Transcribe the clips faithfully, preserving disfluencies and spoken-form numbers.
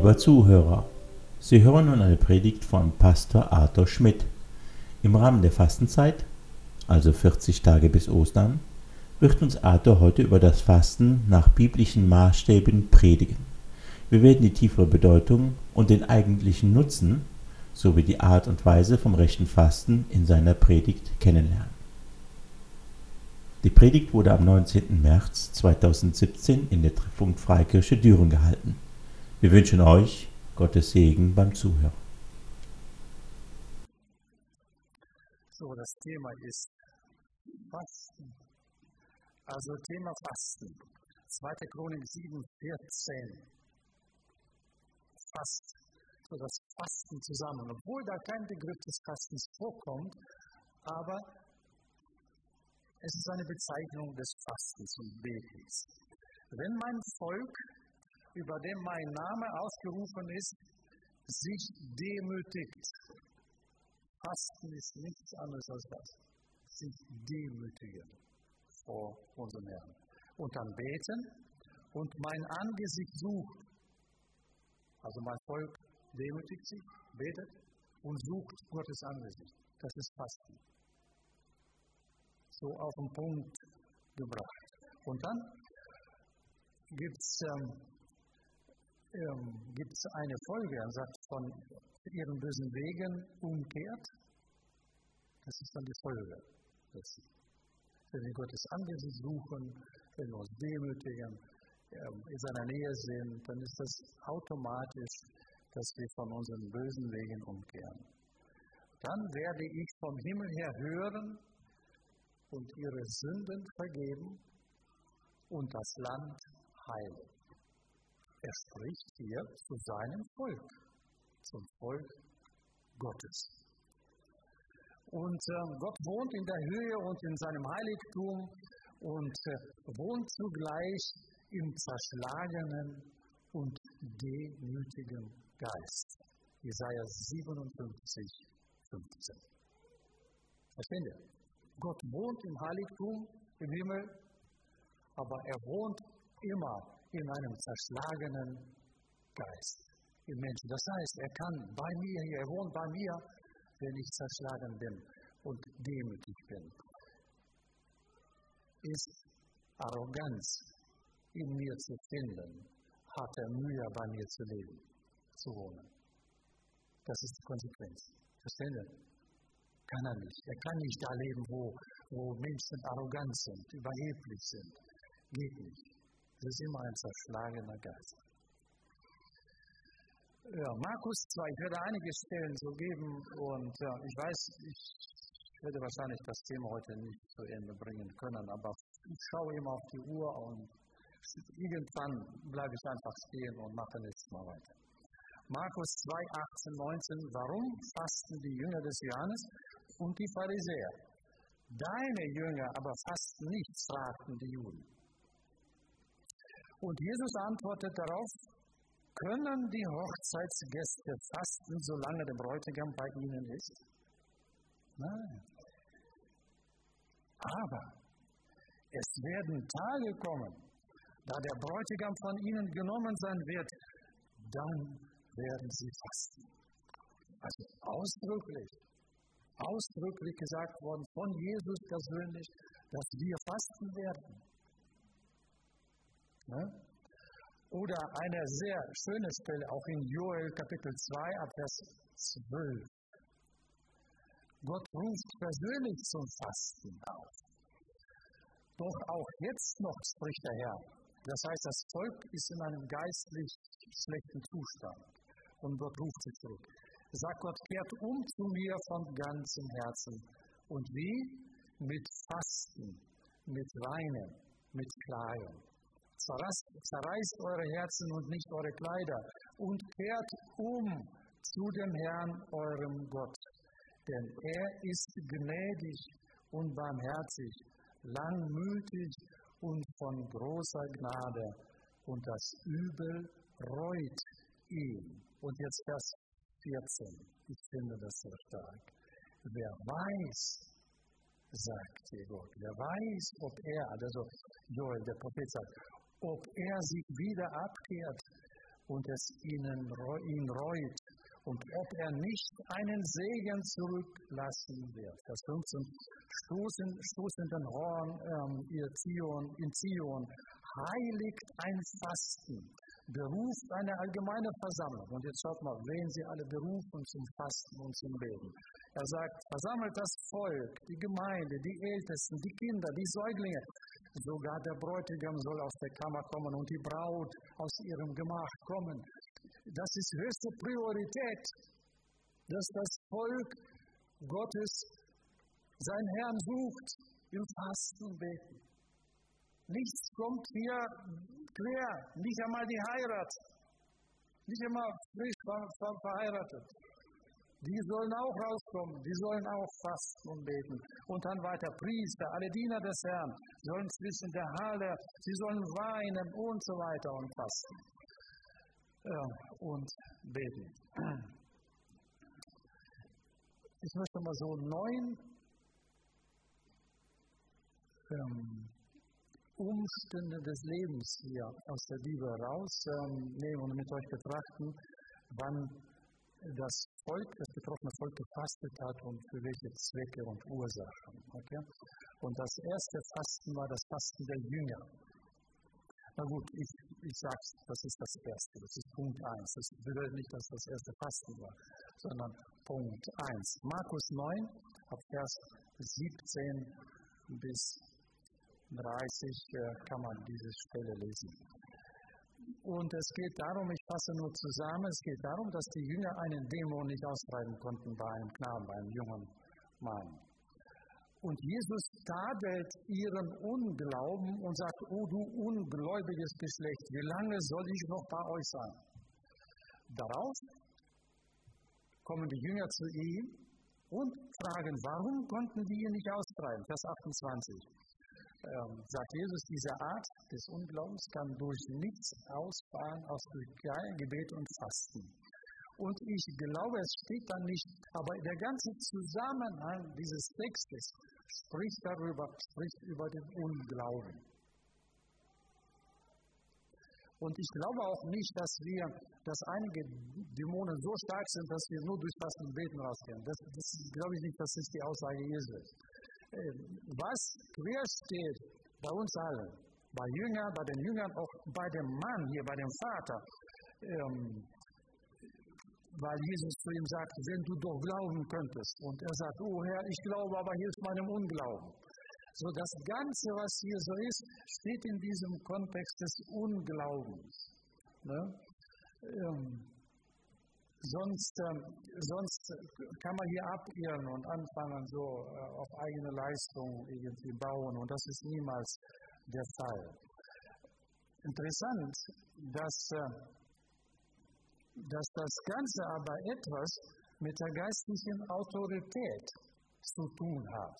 Lieber Zuhörer, Sie hören nun eine Predigt von Pastor Arthur Schmidt. Im Rahmen der Fastenzeit, also vierzig Tage bis Ostern, wird uns Arthur heute über das Fasten nach biblischen Maßstäben predigen. Wir werden die tiefere Bedeutung und den eigentlichen Nutzen sowie die Art und Weise vom rechten Fasten in seiner Predigt kennenlernen. Die Predigt wurde am neunzehnten März zweitausendsiebzehn in der Treffpunkt Freikirche Düren gehalten. Wir wünschen euch Gottes Segen beim Zuhören. So, das Thema ist Fasten. Also Thema Fasten. zweite. Chronik sieben, vierzehn. Fast. So, das Fasten zusammen. Obwohl da kein Begriff des Fastens vorkommt, aber es ist eine Bezeichnung des Fastens und Betens. Wenn mein Volk, über dem mein Name ausgerufen ist, sich demütigt. Fasten ist nichts anderes als das. Sich demütigen vor unserem Herrn. Und dann beten und mein Angesicht sucht. Also mein Volk demütigt sich, betet und sucht Gottes Angesicht. Das ist Fasten. So auf den Punkt gebracht. Und dann gibt es ähm, ähm, gibt's eine Folge, er sagt, von ihren bösen Wegen umkehrt. Das ist dann die Folge. Wenn wir Gottes Angesicht suchen, wenn wir uns demütigen, ähm, in seiner Nähe sind, dann ist das automatisch, dass wir von unseren bösen Wegen umkehren. Dann werde ich vom Himmel her hören und ihre Sünden vergeben und das Land heilen. Er spricht hier zu seinem Volk, zum Volk Gottes. Und äh, Gott wohnt in der Höhe und in seinem Heiligtum und äh, wohnt zugleich im zerschlagenen und demütigen Geist. Jesaja siebenundfünfzig, fünfzehn. Verstehen wir? Gott wohnt im Heiligtum, im Himmel, aber er wohnt immer in einem zerschlagenen Geist im Menschen. Das heißt, er kann bei mir hier, er wohnt bei mir, wenn ich zerschlagen bin und demütig bin. Ist Arroganz in mir zu finden, hat er Mühe, bei mir zu leben, zu wohnen. Das ist die Konsequenz. Verstehen Sie? Kann er nicht. Er kann nicht da leben, wo, wo Menschen arrogant sind, überheblich sind. Geht nicht. Das ist immer ein zerschlagener Geist. Ja, Markus zwei, ich werde einige Stellen so geben und ja, ich weiß, ich werde wahrscheinlich das Thema heute nicht zu Ende bringen können, aber ich schaue immer auf die Uhr und irgendwann bleibe ich einfach stehen und mache nächstes Mal weiter. Markus zwei, achtzehn, neunzehn, warum fasten die Jünger des Johannes und die Pharisäer? Deine Jünger aber fasten nicht, fragten die Juden. Und Jesus antwortet darauf, können die Hochzeitsgäste fasten, solange der Bräutigam bei ihnen ist? Nein. Aber es werden Tage kommen, da der Bräutigam von ihnen genommen sein wird, dann werden sie fasten. Also ausdrücklich, ausdrücklich gesagt worden von Jesus persönlich, dass wir fasten werden. Ne? Oder eine sehr schöne Stelle, auch in Joel Kapitel zwei, ab Vers zwölf. Gott ruft persönlich zum Fasten auf. Doch auch jetzt noch spricht der Herr. Das heißt, das Volk ist in einem geistlich schlechten Zustand. Und Gott ruft sie zurück. Sagt Gott, kehrt um zu mir von ganzem Herzen. Und wie? Mit Fasten, mit Weinen, mit Klagen. Zerreißt, zerreißt eure Herzen und nicht eure Kleider und kehrt um zu dem Herrn, eurem Gott. Denn er ist gnädig und barmherzig, langmütig und von großer Gnade. Und das Übel reut ihn. Und jetzt Vers vierzehn. Ich finde das so stark. Wer weiß, sagt hier Gott, wer weiß, ob er, also Joel, der Prophet sagt, ob er sich wieder abkehrt und es ihnen, ihn reut und ob er nicht einen Segen zurücklassen wird. Vers fünfzehn, stoßen, stoßen den Horn ähm, ihr Zion, in Zion, heiligt ein Fasten, beruft eine allgemeine Versammlung. Und jetzt schaut mal, wen sie alle berufen zum Fasten und zum Beten. Er sagt, versammelt das Volk, die Gemeinde, die Ältesten, die Kinder, die Säuglinge. Sogar der Bräutigam soll aus der Kammer kommen und die Braut aus ihrem Gemach kommen. Das ist höchste Priorität, dass das Volk Gottes seinen Herrn sucht im Fasten und Beten. Nichts kommt hier quer, nicht einmal die Heirat, nicht einmal frisch ver- ver- verheiratet. Die sollen auch rauskommen, die sollen auch fasten und beten. Und dann weiter, Priester, alle Diener des Herrn sollen zwischen der Halle, sie sollen weinen und so weiter und fasten ja, und beten. Ich möchte mal so neun ähm, Umstände des Lebens hier aus der Bibel rausnehmen ähm, und mit euch betrachten, wann das Volk, das betroffene Volk gefastet hat und für welche Zwecke und Ursachen. Okay? Und das erste Fasten war das Fasten der Jünger. Na gut, ich, ich sage es, das ist das erste, das ist Punkt eins. Das bedeutet nicht, dass das erste Fasten war, sondern Punkt eins. Markus neun, ab Vers siebzehn bis dreißig äh, kann man diese Stelle lesen. Und es geht darum, ich fasse nur zusammen, es geht darum, dass die Jünger einen Dämon nicht austreiben konnten bei einem Knaben, bei einem jungen Mann. Und Jesus tadelt ihren Unglauben und sagt, oh du ungläubiges Geschlecht, wie lange soll ich noch bei euch sein? Darauf kommen die Jünger zu ihm und fragen, warum konnten die ihn nicht austreiben? Vers achtundzwanzig. Ähm, sagt Jesus, diese Art des Unglaubens kann durch nichts ausfahren, als durch Gebet und Fasten. Und ich glaube, es steht da nicht, aber der ganze Zusammenhang dieses Textes spricht darüber, spricht über den Unglauben. Und ich glaube auch nicht, dass wir, dass einige Dämonen so stark sind, dass wir nur durch Fasten und Beten rausgehen. Das, das glaube ich nicht, das ist die Aussage Jesu. Was quer steht bei uns allen, bei Jüngern, bei den Jüngern, auch bei dem Mann hier, bei dem Vater, ähm, weil Jesus zu ihm sagt, wenn du doch glauben könntest. Und er sagt, oh Herr, ich glaube, aber hilf meinem Unglauben. So das Ganze, was hier so ist, steht in diesem Kontext des Unglaubens. Ne? Ähm, Sonst, äh, sonst kann man hier abirren und anfangen, so äh, auf eigene Leistung irgendwie bauen. Und das ist niemals der Fall. Interessant, dass, äh, dass das Ganze aber etwas mit der geistlichen Autorität zu tun hat.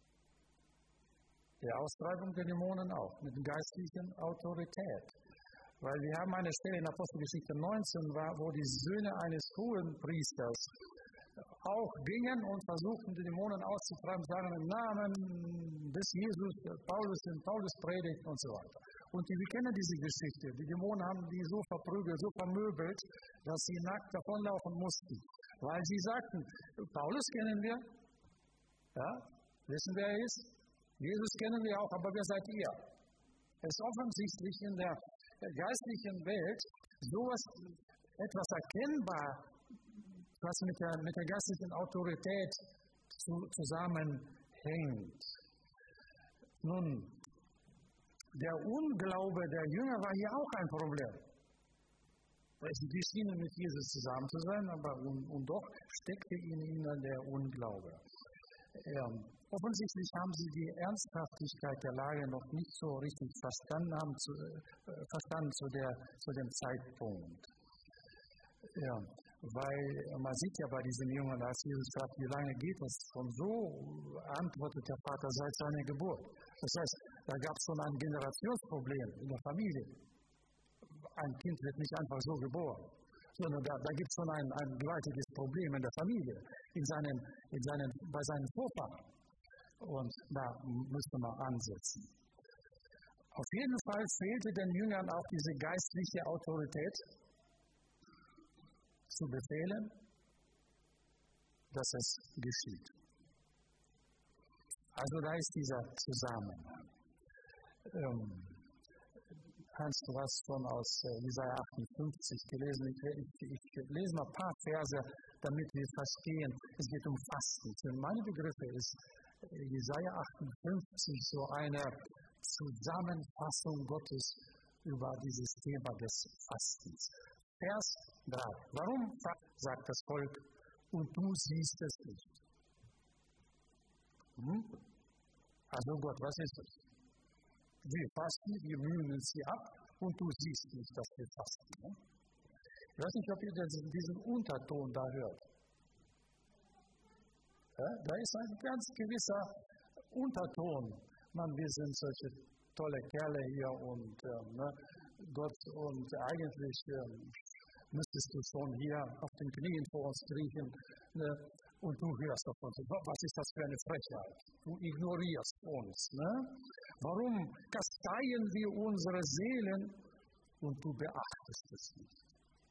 Die Austreibung der Dämonen auch, mit der geistlichen Autorität. Weil wir haben eine Stelle in Apostelgeschichte neunzehn, wo die Söhne eines Hohenpriesters auch gingen und versuchten, die Dämonen auszutreiben, sagen im Namen des Jesus, Paulus, den Paulus predigt und so weiter. Und die, wir kennen diese Geschichte. Die Dämonen haben die so verprügelt, so vermöbelt, dass sie nackt davonlaufen mussten. Weil sie sagten, Paulus kennen wir, ja, wissen wer er ist, Jesus kennen wir auch, aber wer seid ihr? Es ist offensichtlich in der geistlichen Welt sowas, etwas erkennbar, was mit der, mit der geistlichen Autorität zu, zusammenhängt. Nun, der Unglaube der Jünger war hier auch ein Problem. Die schienen mit Jesus zusammen zu sein, aber und, und doch steckte in ihnen der Unglaube. Ja, offensichtlich haben sie die Ernsthaftigkeit der Lage noch nicht so richtig verstanden, haben zu, äh, verstanden zu, der, zu dem Zeitpunkt. Ja, weil man sieht ja bei diesen Jungen, als Jesus fragt, wie lange geht es? Und so antwortet der Vater seit seiner Geburt. Das heißt, da gab es schon ein Generationsproblem in der Familie. Ein Kind wird nicht einfach so geboren, sondern da, da gibt es schon ein, ein gewaltiges Problem in der Familie, in seinen, in seinen, bei seinen Vorfahren. Und da müsste man ansetzen. Auf jeden Fall fehlte den Jüngern auch diese geistliche Autorität zu befehlen, dass es geschieht. Also da ist dieser Zusammenhang. Ähm, Hans, du hast schon aus äh, Jesaja achtundfünfzig gelesen. Ich, ich, ich lese mal ein paar Verse, damit wir verstehen, es geht um Fasten. Für meine Begriffe ist äh, Jesaja achtundfünfzig so eine Zusammenfassung Gottes über dieses Thema des Fastens. Vers drei. Warum sagt das Volk, und du siehst es nicht? Hm? Also Gott, was ist es? Wir fasten, wir mühen uns hier ab und du siehst nicht, dass wir fasten. Ne? Ich weiß nicht, ob ihr diesen Unterton da hört. Ja, da ist ein ganz gewisser Unterton. Man, wir sind solche tolle Kerle hier und ähm, ne, Gott, und eigentlich ähm, müsstest du schon hier auf den Knien vor uns kriechen, ne, und du hörst auf uns. Was ist das für eine Frechheit? Du ignorierst uns. Ne? Warum kasteien wir unsere Seelen und du beachtest es nicht?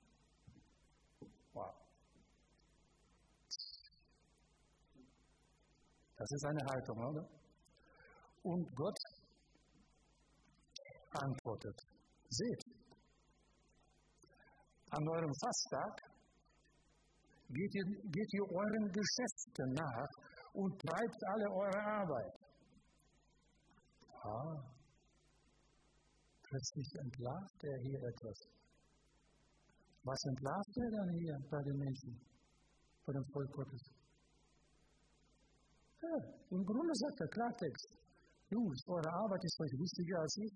Wow. Das ist eine Haltung, oder? Und Gott antwortet, seht, an eurem Fasttag geht ihr, geht ihr euren Geschäften nach und treibt alle eure Arbeit. Ah, plötzlich entlarvt er hier etwas. Was entlarvt er dann hier bei den Menschen, bei dem Volk Gottes? Ja, im Grunde sagt der Klartext, Jungs, eure Arbeit ist euch wichtiger als ich.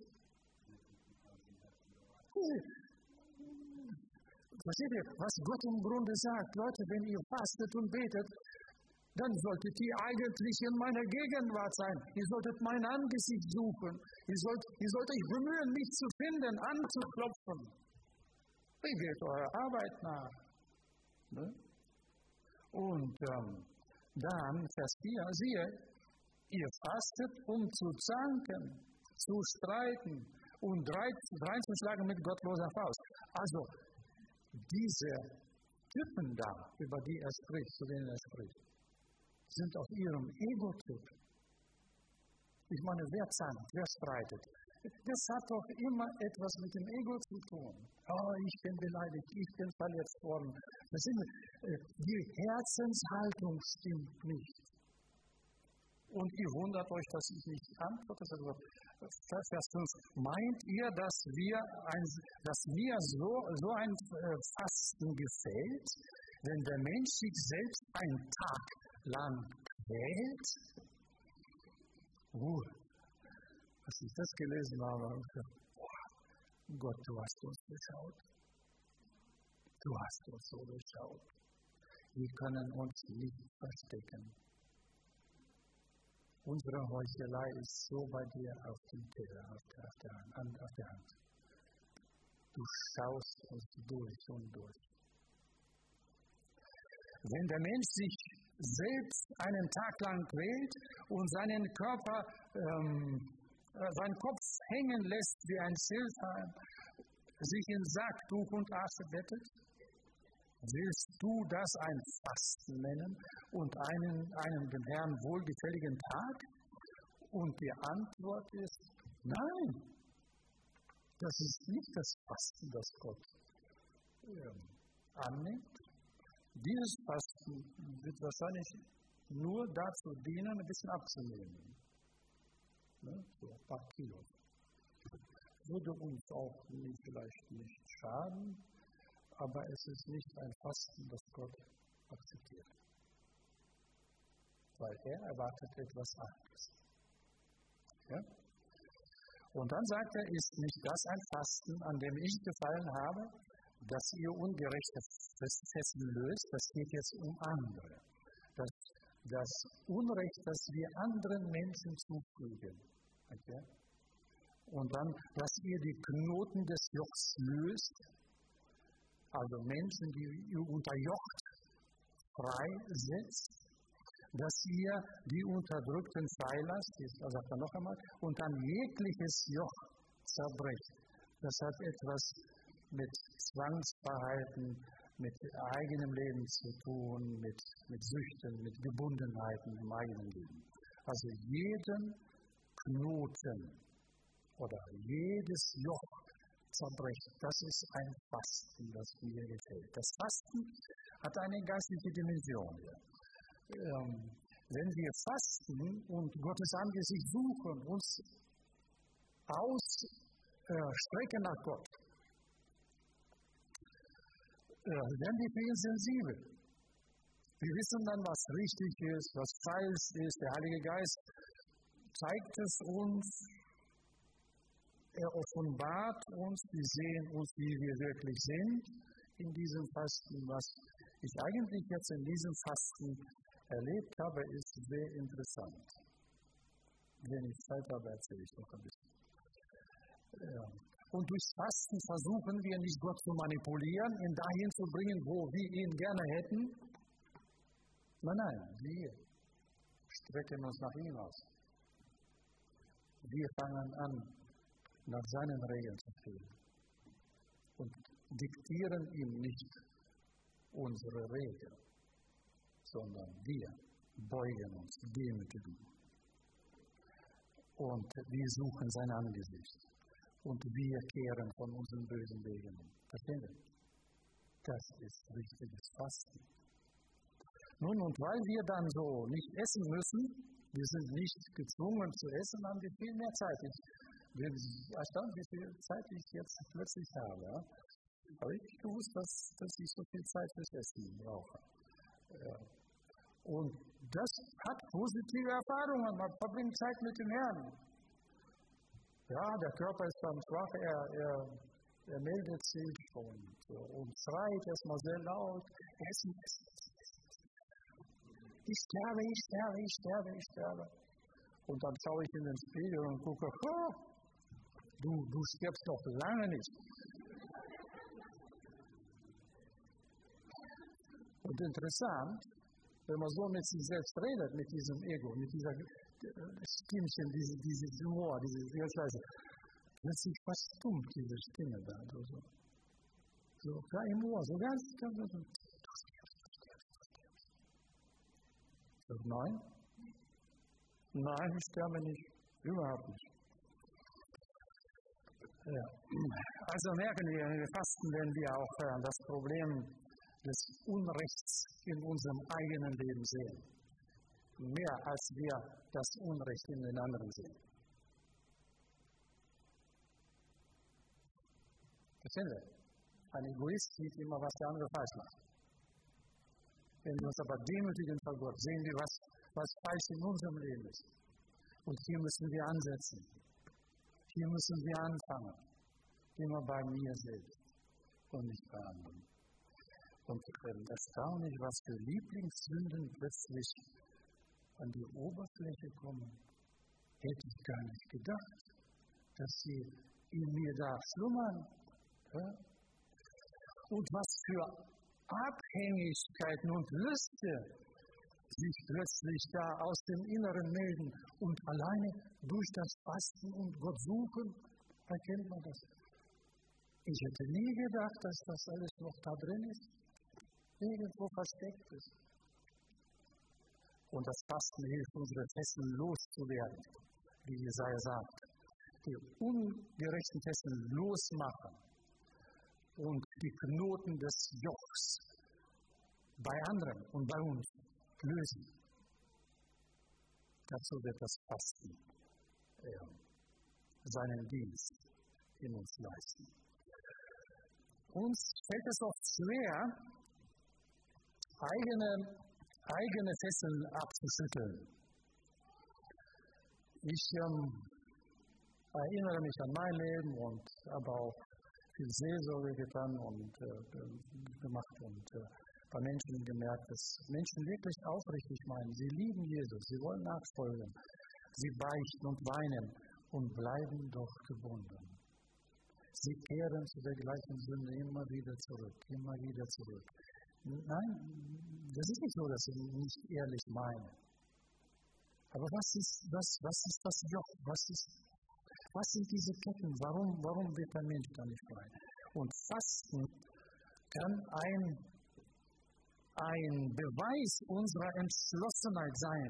Versteht ihr, was Gott im Grunde sagt? Leute, wenn ihr fastet und betet, dann solltet ihr eigentlich in meiner Gegenwart sein. Ihr solltet mein Angesicht suchen. Ihr sollt, ihr sollt euch bemühen, mich zu finden, anzuklopfen. Wie geht eure Arbeit nach? Ne? Und ähm, dann, Vers vier, siehe, ihr fastet, um zu zanken, zu streiten und dreinzuschlagen mit gottloser Faust. Also, diese Typen da, über die er spricht, zu denen er spricht, sind auf ihrem Ego-Typ. Ich meine, wer zankt, wer streitet? Das hat doch immer etwas mit dem Ego zu tun. Oh, ich bin beleidigt, ich bin verletzt worden. Das sind, die Herzenshaltung stimmt nicht. Und ihr wundert euch, dass ich nicht antworte. Also, Vers fünf. Meint ihr, dass, wir ein, dass mir so, so ein Fasten gefällt, wenn der Mensch sich selbst einen Tag lang quält? Uh, als ich das gelesen habe, habe ich gedacht, oh, Gott, du hast uns durchschaut. Du hast uns so durchschaut. Wir können uns nicht verstecken. Unsere Heuchelei ist so bei dir auf dem Teller, auf der, auf der, Hand, auf der Hand. Du schaust uns durch und durch. Wenn der Mensch sich selbst einen Tag lang quält und seinen Körper, ähm, seinen Kopf hängen lässt wie ein Schilfhalm, sich in Sacktuch und Asche bettet, willst du das ein Fasten nennen und einen, einen dem Herrn wohlgefälligen Tag? Und die Antwort ist, nein, das ist nicht das Fasten, das Gott äh, annimmt. Dieses Fasten wird wahrscheinlich nur dazu dienen, ein bisschen abzunehmen. Ne? So ein paar Kilo. Würde uns auch vielleicht nicht schaden, aber es ist nicht ein Fasten, das Gott akzeptiert. Weil er erwartet etwas anderes. Ja? Und dann sagt er, ist nicht das ein Fasten, an dem ich gefallen habe, dass ihr ungerechte Festen löst? Das geht jetzt um andere. Das, das Unrecht, das wir anderen Menschen zufügen. Okay? Und dann, dass ihr die Knoten des Jochs löst, also Menschen, die ihr unterjocht, freisetzt, dass ihr die Unterdrückten freilasst, das sagt er noch einmal, und dann jegliches Joch zerbrecht. Das hat etwas mit Zwangsverhalten, mit eigenem Leben zu tun, mit, mit Süchten, mit Gebundenheiten im eigenen Leben. Also jeden Knoten oder jedes Joch zerbrechen, das ist ein Fasten, das mir gefällt. Das Fasten hat eine geistliche Dimension. Ähm, wenn wir fasten und Gottes Angesicht suchen, uns ausstrecken nach Gott, werden wir für ihn sensibel. Wir wissen dann, was richtig ist, was falsch ist. Der Heilige Geist zeigt es uns, er offenbart uns, wir sehen uns, wie wir wirklich sind in diesem Fasten. Was ich eigentlich jetzt in diesem Fasten erlebt habe, ist sehr interessant. Wenn ich Zeit habe, erzähle ich noch ein bisschen. Ja. Und durch Fasten versuchen wir nicht, Gott zu manipulieren, ihn dahin zu bringen, wo wir ihn gerne hätten. Nein, nein, wir strecken uns nach ihm aus. Wir fangen an, nach seinen Regeln zu fühlen und diktieren ihm nicht unsere Regeln, sondern wir beugen uns, demütigen. Und wir suchen sein Angesicht. Und wir kehren von unseren bösen Wegen. Verstehen Sie? Das ist richtiges Fasten. Nun, und weil wir dann so nicht essen müssen, wir sind nicht gezwungen zu essen, haben wir viel mehr Zeit. Ich bin erstaunt, wie viel Zeit ich jetzt plötzlich habe. Aber ich gewusst, dass, dass ich so viel Zeit fürs Essen brauche. Ja. Und das hat positive Erfahrungen. Man verbringt Zeit mit dem Herrn. Ja, der Körper ist dann schwach, er, er, er meldet sich und, und schreit erstmal sehr laut. Essen, essen, essen. Ich sterbe, ich sterbe, ich sterbe, ich sterbe. Und dann schaue ich in den Spiegel und gucke, oh, du, du stirbst noch lange nicht. Und interessant, wenn man so mit sich selbst redet, mit diesem Ego, mit dieser Stimmchen, diese, dieses Humor, diese Scheiße, plötzlich verstummt diese Stimme da. So, so klar im Ohr, so ganz, ganz, so. So, nein, nein, ich sterbe nicht, überhaupt nicht. Ja. Also merken wir, wenn wir fasten, werden wir auch äh, das Problem des Unrechts in unserem eigenen Leben sehen. Mehr als wir das Unrecht in den anderen sehen. Verstehen Sie? Ein Egoist sieht immer, was der andere falsch macht. Wenn wir uns aber demütigen vor Gott, sehen wir, was, was falsch in unserem Leben ist. Und hier müssen wir ansetzen. Hier müssen wir anfangen. Immer bei mir selbst und nicht bei anderen. Und äh, erstaunlich, was für Lieblingssünden plötzlich an die Oberfläche kommen. Hätte ich gar nicht gedacht, dass sie in mir da schlummern. Ja? Und was für Abhängigkeiten und Lüste sich plötzlich da aus dem Inneren melden. Und alleine durch das Fasten und Gott suchen, erkennt man das. Ich hätte nie gedacht, dass das alles noch da drin ist. Irgendwo versteckt ist. Und das Fasten hilft, unsere Fesseln loszuwerden, wie Jesaja sagt. Die ungerechten Fesseln losmachen und die Knoten des Jochs bei anderen und bei uns lösen. Dazu wird das Fasten äh, seinen Dienst in uns leisten. Uns fällt es oft schwer, eigene, eigene Fesseln abzuschütteln. Ich ähm, erinnere mich an mein Leben und habe auch viel Seelsorge getan und äh, gemacht und äh, bei Menschen gemerkt, dass Menschen wirklich aufrichtig meinen. Sie lieben Jesus, sie wollen nachfolgen. Sie beichten und weinen und bleiben doch gebunden. Sie kehren zu der gleichen Sünde immer wieder zurück, immer wieder zurück. Nein, das ist nicht so, dass sie nicht ehrlich meinen. Aber was ist, was, was ist das Joch? Was, ist, was sind diese Ketten? Warum, warum wird der Mensch da nicht frei? Und Fasten kann ein, ein Beweis unserer Entschlossenheit sein.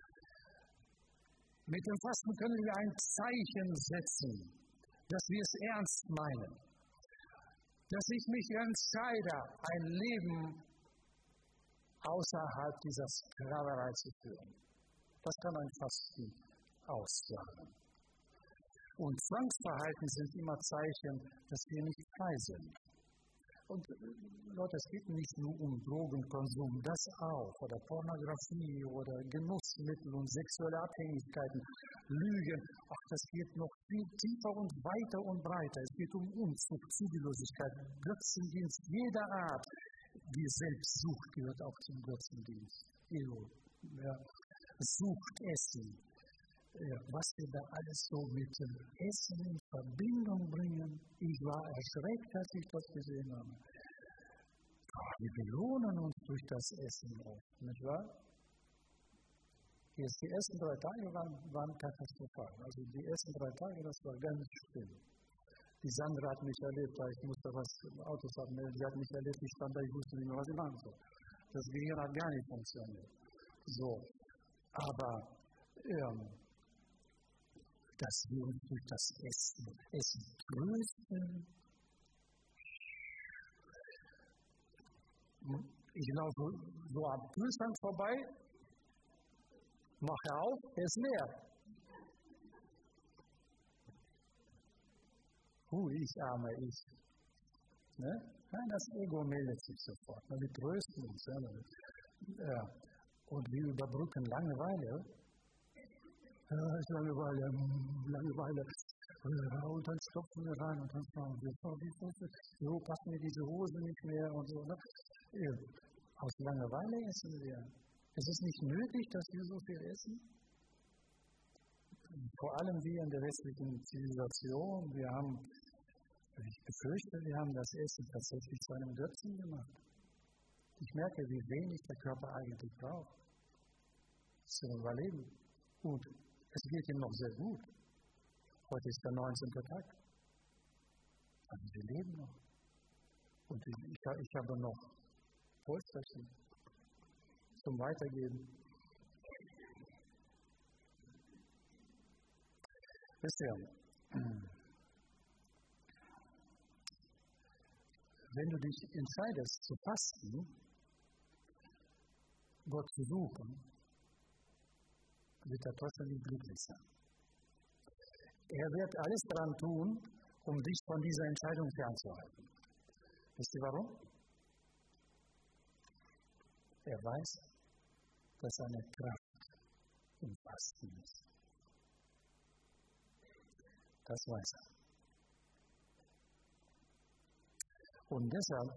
Mit dem Fasten können wir ein Zeichen setzen, dass wir es ernst meinen. Dass ich mich entscheide, ein Leben außerhalb dieser Sklaverei zu führen. Das kann ein Fasten aussagen. Und Zwangsverhalten sind immer Zeichen, dass wir nicht frei sind. Und Leute, es geht nicht nur um Drogenkonsum, das auch, oder Pornografie oder Genussmittel und sexuelle Abhängigkeiten, Lügen. Ach, das geht noch viel tiefer und weiter und breiter. Es geht um Unzucht, Zügellosigkeit, Götzendienst jeder Art. Die Selbstsucht gehört auch zum Götzendienst. Ja. Sucht Essen. Ja, was wir da alles so mit dem Essen in Verbindung bringen. Ich war erschreckt, als ich das gesehen habe. Oh, wir belohnen uns durch das Essen oft, nicht wahr? Jetzt die ersten drei Tage waren, waren katastrophal. Also die ersten drei Tage, das war ganz schlimm. Die Sandra hat mich erlebt, da ich musste was Autos abmelden. Sie hat mich erlebt, ich stand da, ich wusste nicht mehr, was ich machen soll. Das Gehirn hat gar nicht funktioniert. So, aber ähm, dass wir uns durch das Essen, Essen trösten. Ich laufe so am Kühlschrank vorbei, mache auf, er ist leer. Puh, ich arme ich. Ne? Nein, das Ego meldet sich sofort. Wir trösten uns. Ja. Und wir überbrücken Langeweile. Ja, ist Langeweile, Langeweile. Ja, und dann stopfen wir rein und dann fragen wir, oh, wie so passt mir diese Hose nicht mehr und so. Ne? Ja. Aus Langeweile essen wir. Es ist nicht nötig, dass wir so viel essen. Vor allem wir in der westlichen Zivilisation, wir haben, ich befürchte, wir haben das Essen tatsächlich zu einem Götzen gemacht. Ich merke, wie wenig der Körper eigentlich braucht zum Überleben. Und es geht ihm noch sehr gut. Heute ist der neunzehnte Tag. Also wir leben noch. Und ich, ich, ich habe noch Polsterchen zum Weitergeben. Wisst ihr, wenn du dich entscheidest zu fasten, Gott zu suchen, wird der Teufel nicht glücklich sein. Er wird alles daran tun, um dich von dieser Entscheidung fernzuhalten. Wisst ihr warum? Er weiß, dass seine Kraft im Fasten ist. Das weiß er. Und deshalb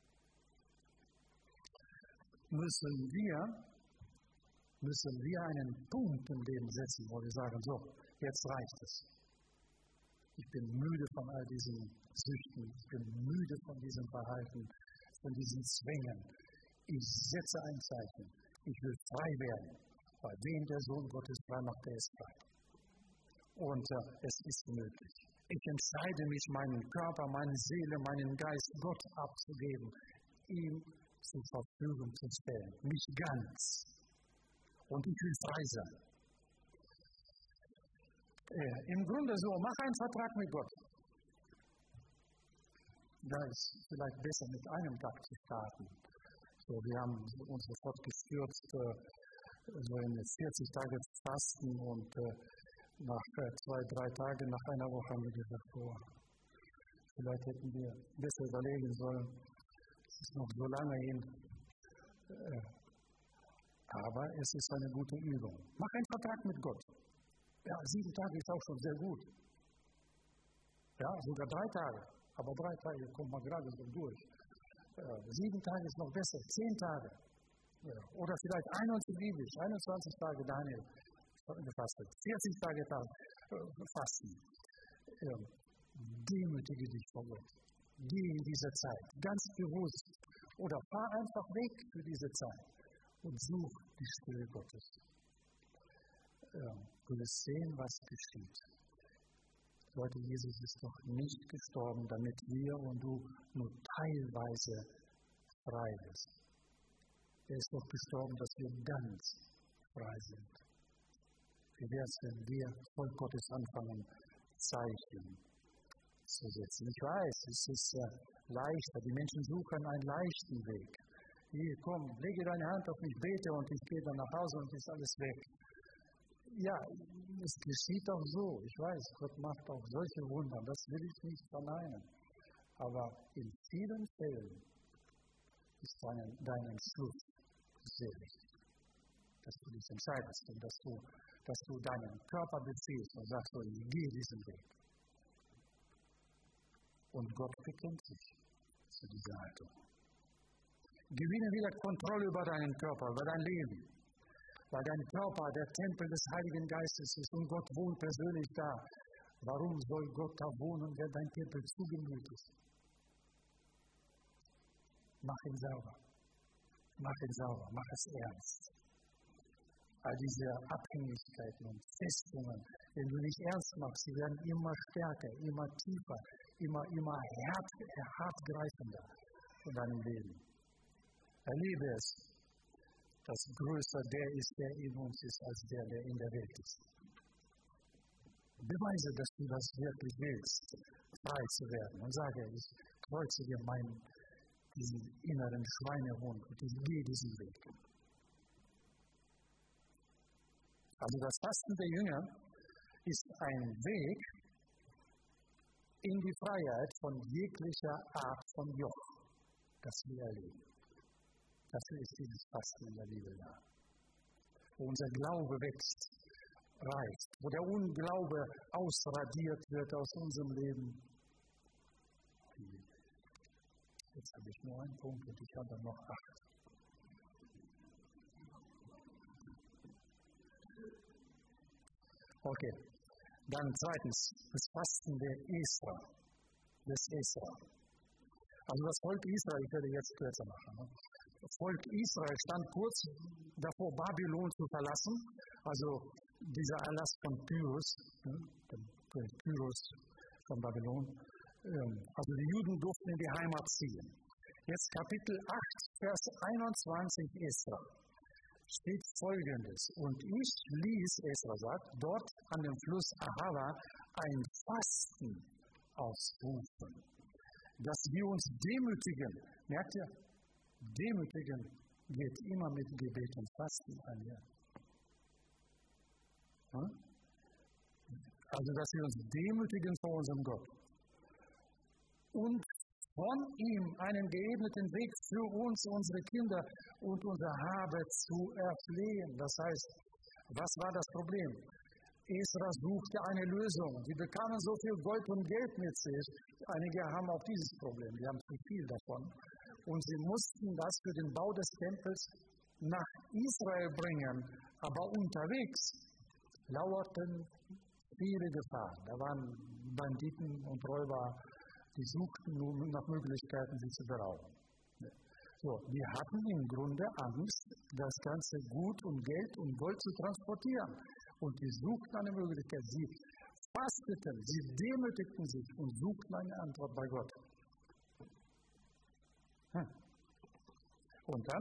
müssen wir, müssen wir einen Punkt im Leben setzen, wo wir sagen, so, jetzt reicht es. Ich bin müde von all diesen Süchten, ich bin müde von diesem Verhalten, von diesen Zwängen. Ich setze ein Zeichen. Ich will frei werden. Weil wen der Sohn Gottes frei macht, der ist frei. Und äh, es ist möglich. Ich entscheide mich, meinen Körper, meine Seele, meinen Geist Gott abzugeben, ihm zur Verfügung zu stellen. Nicht ganz. Und ich will frei sein. Äh, Im Grunde so, mach einen Vertrag mit Gott. Da ist vielleicht besser mit einem Tag zu starten. So, wir haben uns sofort gestürzt, äh, so in vierzig Tage Fasten und äh, nach äh, zwei, drei Tagen, nach einer Woche haben wir gesagt, oh, vielleicht hätten wir besser überlegen sollen, es ist noch so lange hin. Äh, aber es ist eine gute Übung. Mach einen Vertrag mit Gott. Ja, sieben Tage ist auch schon sehr gut. Ja, sogar drei Tage. Aber drei Tage kommt man gerade so durch. Äh, sieben Tage ist noch besser, zehn Tage. Ja. Oder vielleicht einundzwanzig, einundzwanzig Tage Daniel gefastet, vierzig Tage Tag, äh, Fasten. Ja. Demütige dich vor Gott. Geh in diese Zeit, ganz bewusst. Oder fahr einfach weg für diese Zeit und such die Stille Gottes. Ja. Du wirst sehen, was geschieht. Leute, Jesus ist doch nicht gestorben, damit wir und du nur teilweise frei sind. Er ist doch gestorben, dass wir ganz frei sind. Wie wäre es, wenn wir Volk Gottes anfangen, Zeichen zu setzen? Ich weiß, es ist äh, leichter. Die Menschen suchen einen leichten Weg. Hier, komm, lege deine Hand auf mich, bete und ich gehe dann nach Hause und ist alles weg. Ja, es geschieht auch so. Ich weiß, Gott macht auch solche Wunder. Das will ich nicht verneinen. Aber in vielen Fällen ist dein, dein Entschluss sehr wichtig. Dass du dich entscheidest und dass du, dass du deinen Körper beziehst und sagst, so, ich gehe diesen Weg. Und Gott bekennt sich zu dieser Haltung. Gewinne wieder Kontrolle über deinen Körper, über dein Leben. Weil dein Körper der Tempel des Heiligen Geistes ist und Gott wohnt persönlich da. Warum soll Gott da wohnen, wenn dein Tempel zugemüllt ist? Mach ihn sauber. Mach ihn sauber. Mach es ernst. All diese Abhängigkeiten und Festungen, wenn du nicht ernst machst, sie werden immer stärker, immer tiefer, immer, immer hart, hartgreifender in deinem Leben. Erlebe es, dass größer der ist, der in uns ist, als der, der in der Welt ist. Beweise, dass du das wirklich willst, frei zu werden. Und sage, ich kreuze dir meinen, diesen inneren Schweinehund und ich gehe diesen Weg. Also das Fasten der Jünger ist ein Weg in die Freiheit von jeglicher Art von Joch, das wir erleben. Dafür ist dieses Fasten in der Bibel da. Wo unser Glaube wächst, reicht, wo der Unglaube ausradiert wird aus unserem Leben. Jetzt habe ich nur einen Punkt und ich habe noch acht. Okay, dann zweitens, das Fasten der Esra, des Esra. Also das Volk Israel, ich werde jetzt kürzer machen. Ne? Das Volk Israel stand kurz davor, Babylon zu verlassen. Also dieser Erlass von Pyrrhus, ne? der Pyrrhus von Babylon. Ähm, also die Juden durften in die Heimat ziehen. Jetzt Kapitel acht, Vers einundzwanzig Esra. Steht Folgendes: Und ich ließ, Esra sagt, dort an dem Fluss Ahava ein Fasten ausrufen, dass wir uns demütigen. Merkt ihr? Demütigen geht immer mit Gebet und Fasten einher. Hm? Also, dass wir uns demütigen vor unserem Gott. Und von ihm einen geebneten Weg für uns, unsere Kinder und unser Habe zu erflehen. Das heißt, was war das Problem? Esra suchte eine Lösung. Sie bekamen so viel Gold und Geld mit sich. Einige haben auch dieses Problem, die haben zu viel davon. Und sie mussten das für den Bau des Tempels nach Israel bringen. Aber unterwegs lauerten viele Gefahren. Da waren Banditen und Räuber, die suchten nun nach Möglichkeiten, sie zu berauben. So, die hatten im Grunde Angst, das ganze Gut und Geld und Gold zu transportieren. Und die suchten eine Möglichkeit. Sie fasteten, sie demütigten sich und suchten eine Antwort bei Gott. Hm. Und dann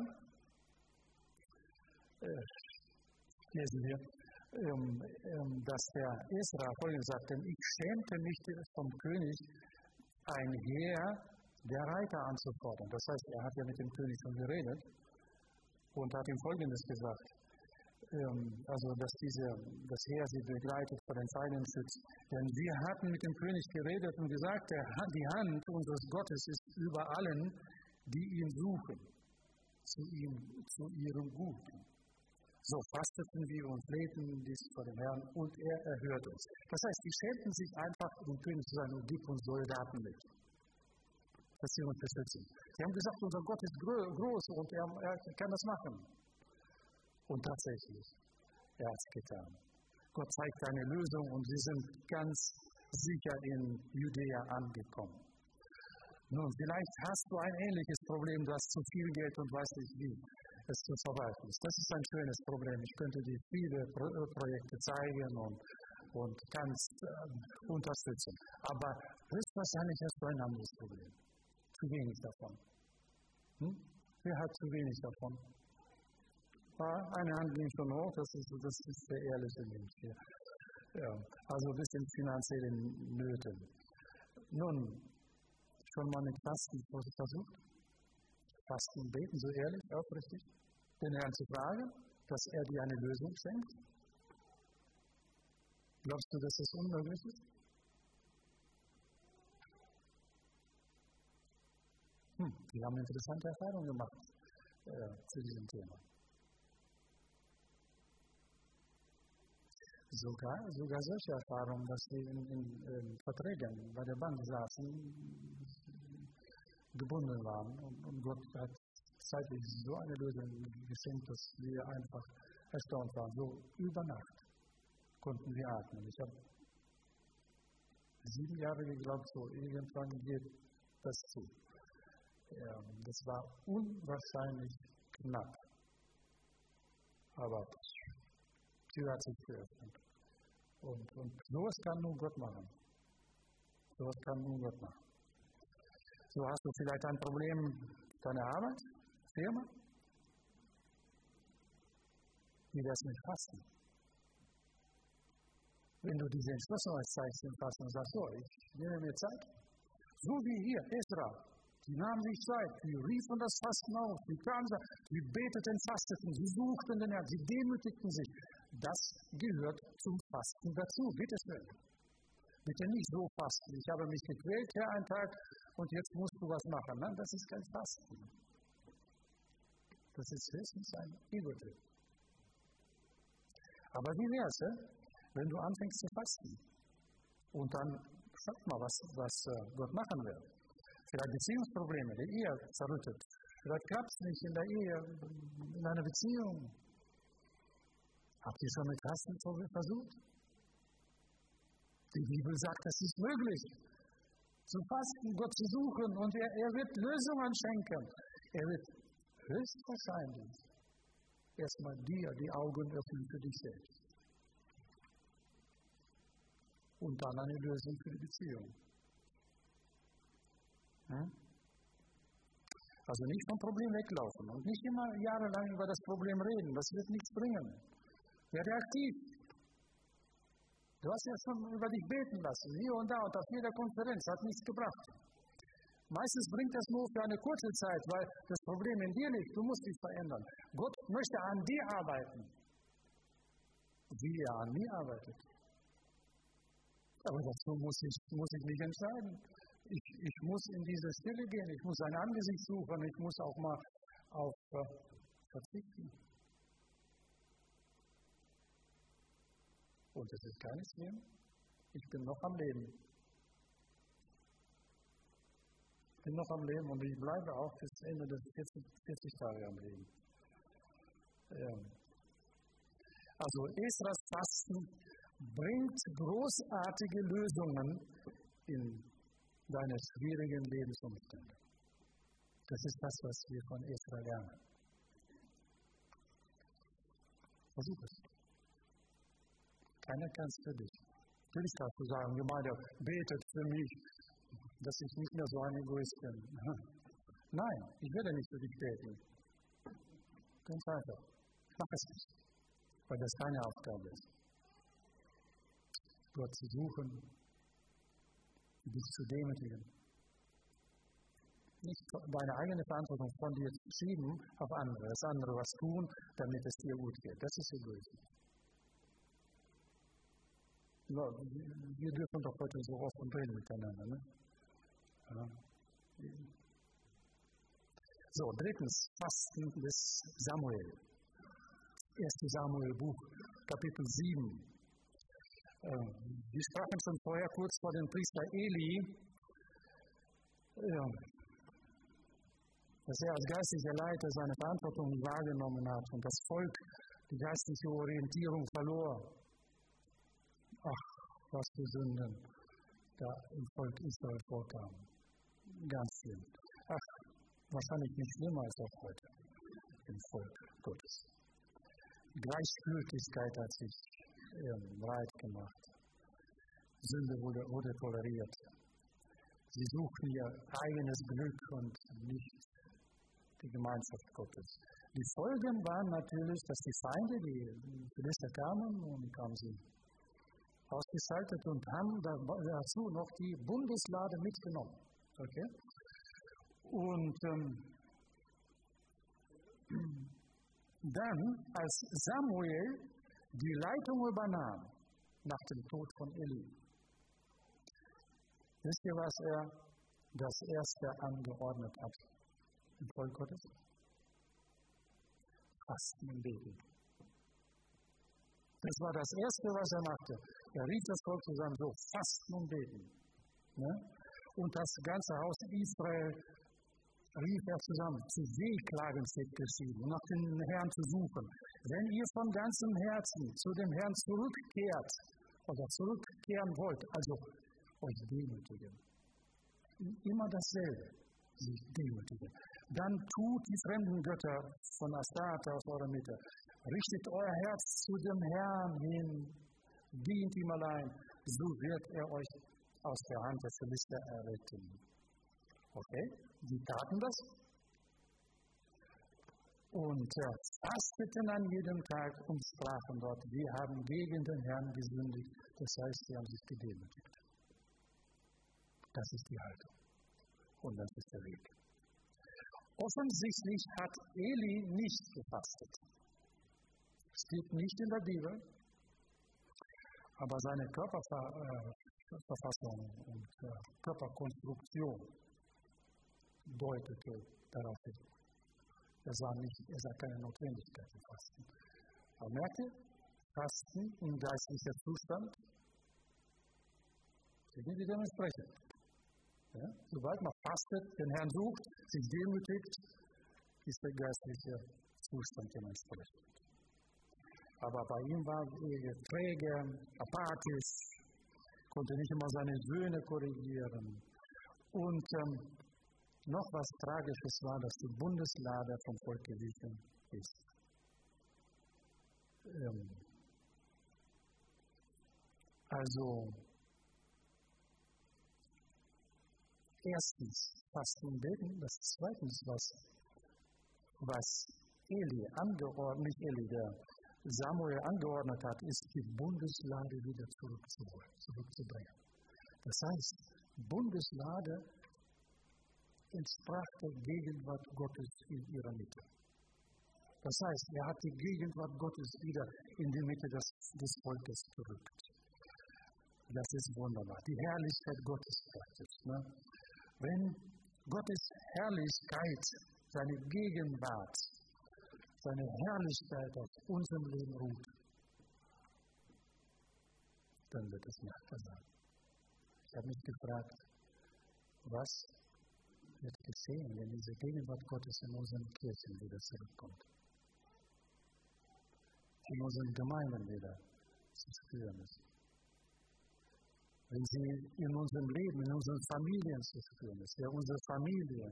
äh, lesen wir, ähm, ähm, dass der Esra folgendes sagt: Denn ich schämte mich vom König, ein Heer der Reiter anzufordern. Das heißt, er hat ja mit dem König schon geredet und hat ihm Folgendes gesagt, ähm, also dass diese, das Heer sie begleitet, vor den Feinden schützt. Denn wir hatten mit dem König geredet und gesagt, der, die Hand unseres Gottes ist über allen, die ihn suchen, zu ihm, zu ihrem Guten. So fasteten wir und flehten dies vor dem Herrn und er erhört uns. Das heißt, die schämten sich einfach, dem König zu sagen, und gib uns Soldaten mit, dass sie uns beschützen. Sie haben gesagt, unser Gott ist groß und er, er kann das machen. Und tatsächlich, er hat es getan. Gott zeigt eine Lösung und sie sind ganz sicher in Judäa angekommen. Nun, vielleicht hast du ein ähnliches Problem, du hast zu viel Geld und weißt nicht wie es zu verwalten ist. Das ist ein schönes Problem. Ich könnte dir viele Pro- Projekte zeigen und und kannst äh, unterstützen. Aber höchstwahrscheinlich hast du ein anderes Problem. Zu wenig davon. Hm? Wer hat zu wenig davon? Ja, eine Hand ging schon hoch, das ist, das ist der ehrliche Mensch hier. Ja, also ein bisschen finanziellen Nöten. Nun, schon mal mit Fasten versucht? Fasten und beten, so ehrlich, aufrichtig, den Herrn zu fragen, dass er dir eine Lösung schenkt? Glaubst du, dass das unmöglich ist? Hm, wir haben interessante Erfahrungen gemacht äh, zu diesem Thema. Sogar, sogar solche Erfahrungen, dass sie in, in, in Verträgen bei der Bank saßen, gebunden waren. Und, und Gott hat zeitlich so eine Lösung geschenkt, dass wir einfach erstaunt waren. So über Nacht konnten wir atmen. Ich habe sieben Jahre geglaubt, so irgendwann geht das zu. Ja, das war unwahrscheinlich knapp. Aber die Tür hat sich geöffnet. Und, und sowas kann nur Gott machen. Sowas kann nur Gott machen. So hast du vielleicht ein Problem mit deiner Arbeit, Firma? Wie wär's mit Fasten? Wenn du diese Entschlossenheit zeigst im Fasten und sagst, so, ich nehme mir Zeit, so wie hier, Esra, die nahmen sich Zeit, die riefen das Fasten auf, die kamen, die beteten, fasteten, sie suchten den Herrn, sie demütigten sich. Das gehört zum Fasten dazu, bitte schön. Bitte nicht so fasten, ich habe mich gequält hier einen Tag und jetzt musst du was machen. Nein, das ist kein Fasten. Das ist höchstens ein Ego-Trip. Aber wie wär's, eh? wenn du anfängst zu fasten und dann schaut mal, was, was Gott machen will. Vielleicht Beziehungsprobleme, die Ehe zerrüttet. Vielleicht klappt es nicht in der Ehe, in einer Beziehung. Habt ihr schon mit Fasten versucht? Die Bibel sagt, es ist möglich, zu fasten, Gott zu suchen und er, er wird Lösungen schenken. Er wird höchstwahrscheinlich erstmal dir die Augen öffnen für dich selbst. Und dann eine Lösung für die Beziehung. Hm? Also nicht vom Problem weglaufen und nicht immer jahrelang über das Problem reden, das wird nichts bringen. Werde aktiv. Du hast ja schon über dich beten lassen, hier und da und auf jeder Konferenz, hat nichts gebracht. Meistens bringt das nur für eine kurze Zeit, weil das Problem in dir liegt, du musst dich verändern. Gott möchte an dir arbeiten, wie er an mir arbeitet. Aber dazu muss ich, muss ich mich entscheiden. Ich, ich muss in diese Stille gehen, ich muss sein Angesicht suchen, ich muss auch mal auf äh, verzichten. Und es ist gar nichts schlimm. Ich bin noch am Leben. Ich bin noch am Leben und ich bleibe auch bis Ende des vierzig, vierzig Tage am Leben. Ja. Also Esras Fasten bringt großartige Lösungen in deine schwierigen Lebensumstände. Das ist das, was wir von Esra lernen. Versuch es. Keiner kann es für dich. Natürlich kannst du sagen, Gemeinde, betet für mich, dass ich nicht mehr so ein Egoist bin. Nein, ich werde nicht für dich beten. Ganz einfach. Mach es nicht, weil das keine Aufgabe ist. Gott zu suchen, dich zu demütigen. Nicht deine eigene Verantwortung von dir zu schieben auf andere, das andere was tun, damit es dir gut geht. Das ist Egoismus. Ja, wir dürfen doch heute so offen reden miteinander. Ne? Ja. So, drittens, Fasten des Samuel. erstes Samuel Buch, Kapitel sieben. Äh, wir sprachen schon vorher kurz vor dem Priester Eli, ja, dass er als geistlicher Leiter seine Verantwortung wahrgenommen hat und das Volk die geistliche Orientierung verlor. Ach, was für Sünden da im Volk Israel vorkamen. Ganz schlimm. Ach, wahrscheinlich nicht schlimmer als auch heute im Volk Gottes. Gleichgültigkeit hat sich ähm, breit gemacht. Sünde wurde, wurde toleriert. Sie suchten ihr eigenes Glück und nicht die Gemeinschaft Gottes. Die Folgen waren natürlich, dass die Feinde, die Philister kamen und haben sie ausgeschaltet und haben dazu noch die Bundeslade mitgenommen. Okay? Und ähm, dann, als Samuel die Leitung übernahm, nach dem Tod von Eli, wisst ihr, was er das Erste angeordnet hat im Volk Gottes? Fasten und Beten. Das war das Erste, was er machte. Er rief das Volk zusammen, so, Fasten und Beten. Ne? Und das ganze Haus Israel rief er zusammen, zu Wehklagen steht geschrieben, um nach dem Herrn zu suchen. Wenn ihr von ganzem Herzen zu dem Herrn zurückkehrt, oder zurückkehren wollt, also euch demütigen. Immer dasselbe, sich demütigen. Dann tut die fremden Götter von Astarte aus eurer Mitte. Richtet euer Herz zu dem Herrn hin, dient ihm allein, so wird er euch aus der Hand der Philister erretten. Okay, die taten das und äh, fasteten an jedem Tag und sprachen dort, wir haben gegen den Herrn gesündigt, das heißt, sie haben sich gedemütigt. Das ist die Haltung und das ist der Weg. Offensichtlich hat Eli nicht gefastet. Steht nicht in der Bibel, aber seine Körperverfassung und äh, Körperkonstruktion deutete darauf hin. Er sah, nicht, er sah keine Notwendigkeit im Fasten. Aber merkt ihr, Fasten im geistlichen Zustand, irgendwie dementsprechend. Ja? Sobald man fastet, den Herrn sucht, sich demütigt, ist der geistliche Zustand dementsprechend. Aber bei ihm war er träge, apathisch, konnte nicht immer seine Söhne korrigieren. Und ähm, noch was Tragisches war, dass die Bundeslade vom Volk gewichen ist. Ähm, also, erstens, Fasten und Beten, das zweitens, was, was Eli angeordnet, nicht Eli, der Samuel angeordnet hat, ist, die Bundeslade wieder zurückzuholen, zurückzubringen. Das heißt, Bundeslade entsprach der Gegenwart Gottes in ihrer Mitte. Das heißt, er hat die Gegenwart Gottes wieder in die Mitte des, des Volkes gerückt. Das ist wunderbar. Die Herrlichkeit Gottes praktisch. Ne? Wenn Gottes Herrlichkeit, seine Gegenwart, seine Herrlichkeit auf unserem Leben ruht, dann wird es Nacht sein. Ich habe mich gefragt, was wird geschehen, wenn diese Gegenwart Gottes in unseren Kirchen wieder zurückkommt? In unseren Gemeinden wieder zu spüren ist. Wenn sie in unserem Leben, in unseren Familien zu spüren ist, ja unsere Familie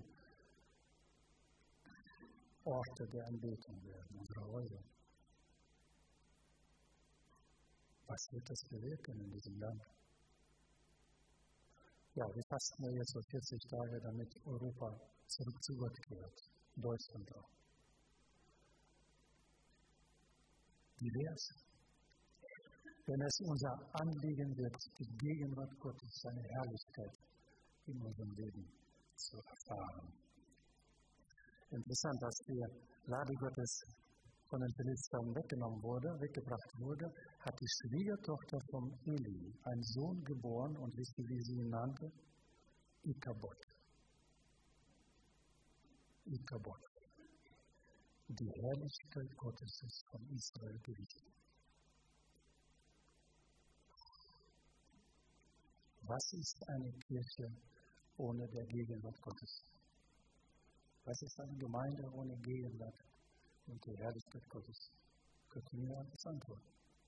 Orte der Anbetung werden, unsere Häuser. Was wird das bewirken in diesem Land? Ja, wir fasten ja jetzt so vierzig Tage, damit Europa zurück zu Gott kehrt. Deutschland auch. Wie wäre es, wenn es unser Anliegen wird, die Gegenwart Gottes, seine Herrlichkeit in unserem Leben zu erfahren? Interessant, dass die Lade Gottes von den Philistern weggenommen wurde, weggebracht wurde, hat die Schwiegertochter von Eli einen Sohn geboren und wisst ihr, wie sie ihn nannte? Ikabod. Ikabod. Die Herrlichkeit Gottes ist von Israel gewichen. Was ist eine Kirche ohne der Gegenwart Gottes? Was ist eine Gemeinde ohne Gegenwart und die Herrlichkeit Gottes? Könnt ihr mir das antworten?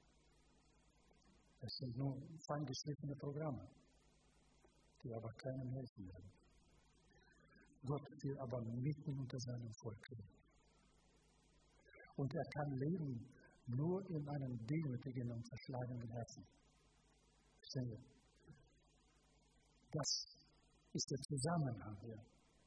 Es sind nur fein geschliffene Programme, die aber keinem helfen werden. Gott will aber mitten unter seinem Volk leben. Und er kann leben nur in einem demütigen und verschlagenen Herzen. Verstehen Sie? Das ist der Zusammenhang hier.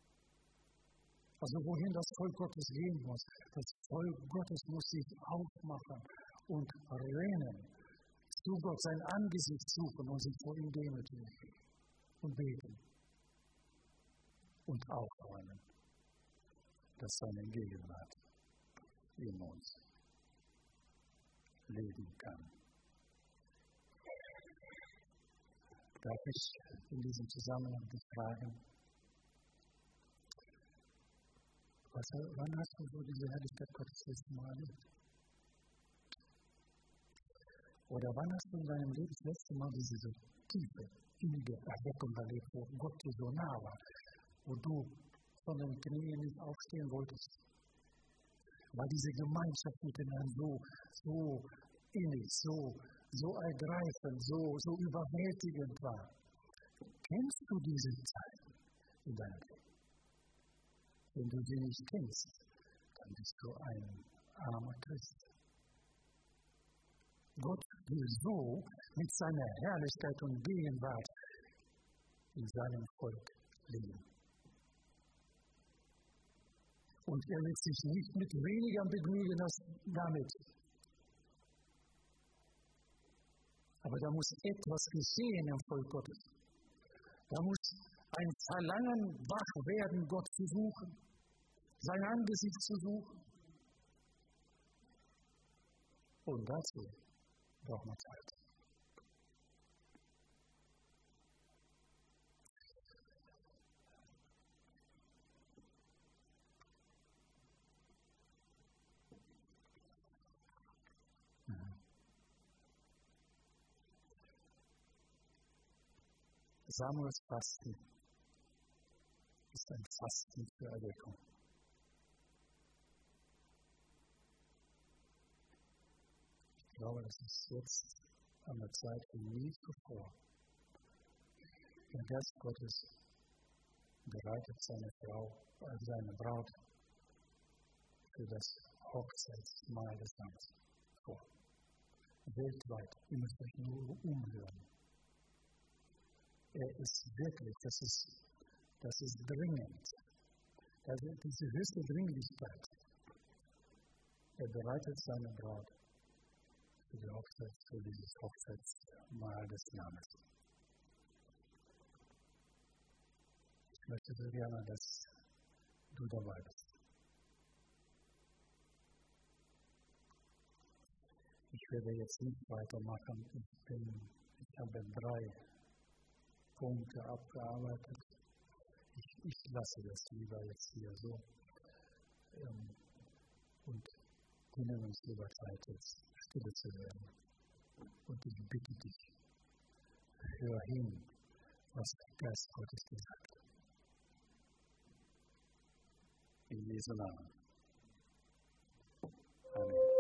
Also wohin das Volk Gottes gehen muss. Das Volk Gottes muss sich aufmachen und rennen, zu Gott sein Angesicht suchen und sich vor ihm demütigen und beten und aufräumen, dass seine Gegenwart in uns leben kann. Darf ich in diesem Zusammenhang dich fragen, was, wann hast du so diese Herrlichkeit Gottes das letzte Mal erlebt? Oder wann hast du in deinem Leben das letzte Mal diese so tiefe, innige Erweckung erlebt, wo Gott dir so nah war, wo du von den Knien nicht aufstehen wolltest? Weil diese Gemeinschaft mit dem Herrn so, so innig, so, so ergreifend, so, so überwältigend war. Kennst du diese Zeiten in deinem Leben? Wenn du sie nicht kennst, dann bist du ein armer Christ. Gott will so mit seiner Herrlichkeit und Gegenwart in seinem Volk leben. Und er wird sich nicht mit weniger begnügen als damit. Aber da muss etwas geschehen im Volk Gottes. Da muss ein Verlangen wach werden, Gott zu suchen, sein Angesicht zu suchen. Und dazu braucht man Zeit. Samuels Fasten ist ein Fasten für Erweckung. Ich glaube, das ist jetzt an der Zeit wie nie zuvor. Der Geist Gottes bereitet seine Frau, äh, seine Braut für das Hochzeitsmahl des Lammes vor. Weltweit, ihr müsst euch nur umhören. Er ist wirklich, das ist, das ist dringend. Also diese höchste Dringlichkeit. Er bereitet seine Braut für die Hochzeit, für dieses Hochzeitsmahl des Lammes. Ich möchte so gerne, dass du dabei bist. Ich werde jetzt nicht weitermachen. Ich bin, ich habe drei Punkte abgearbeitet. Ich, ich lasse das lieber jetzt hier so. Ähm, und wir nehmen uns lieber Zeit, jetzt stille zu werden. Und ich bitte dich, hör hin, was der Geist Gottes dir sagt. In Jesu Namen. Amen.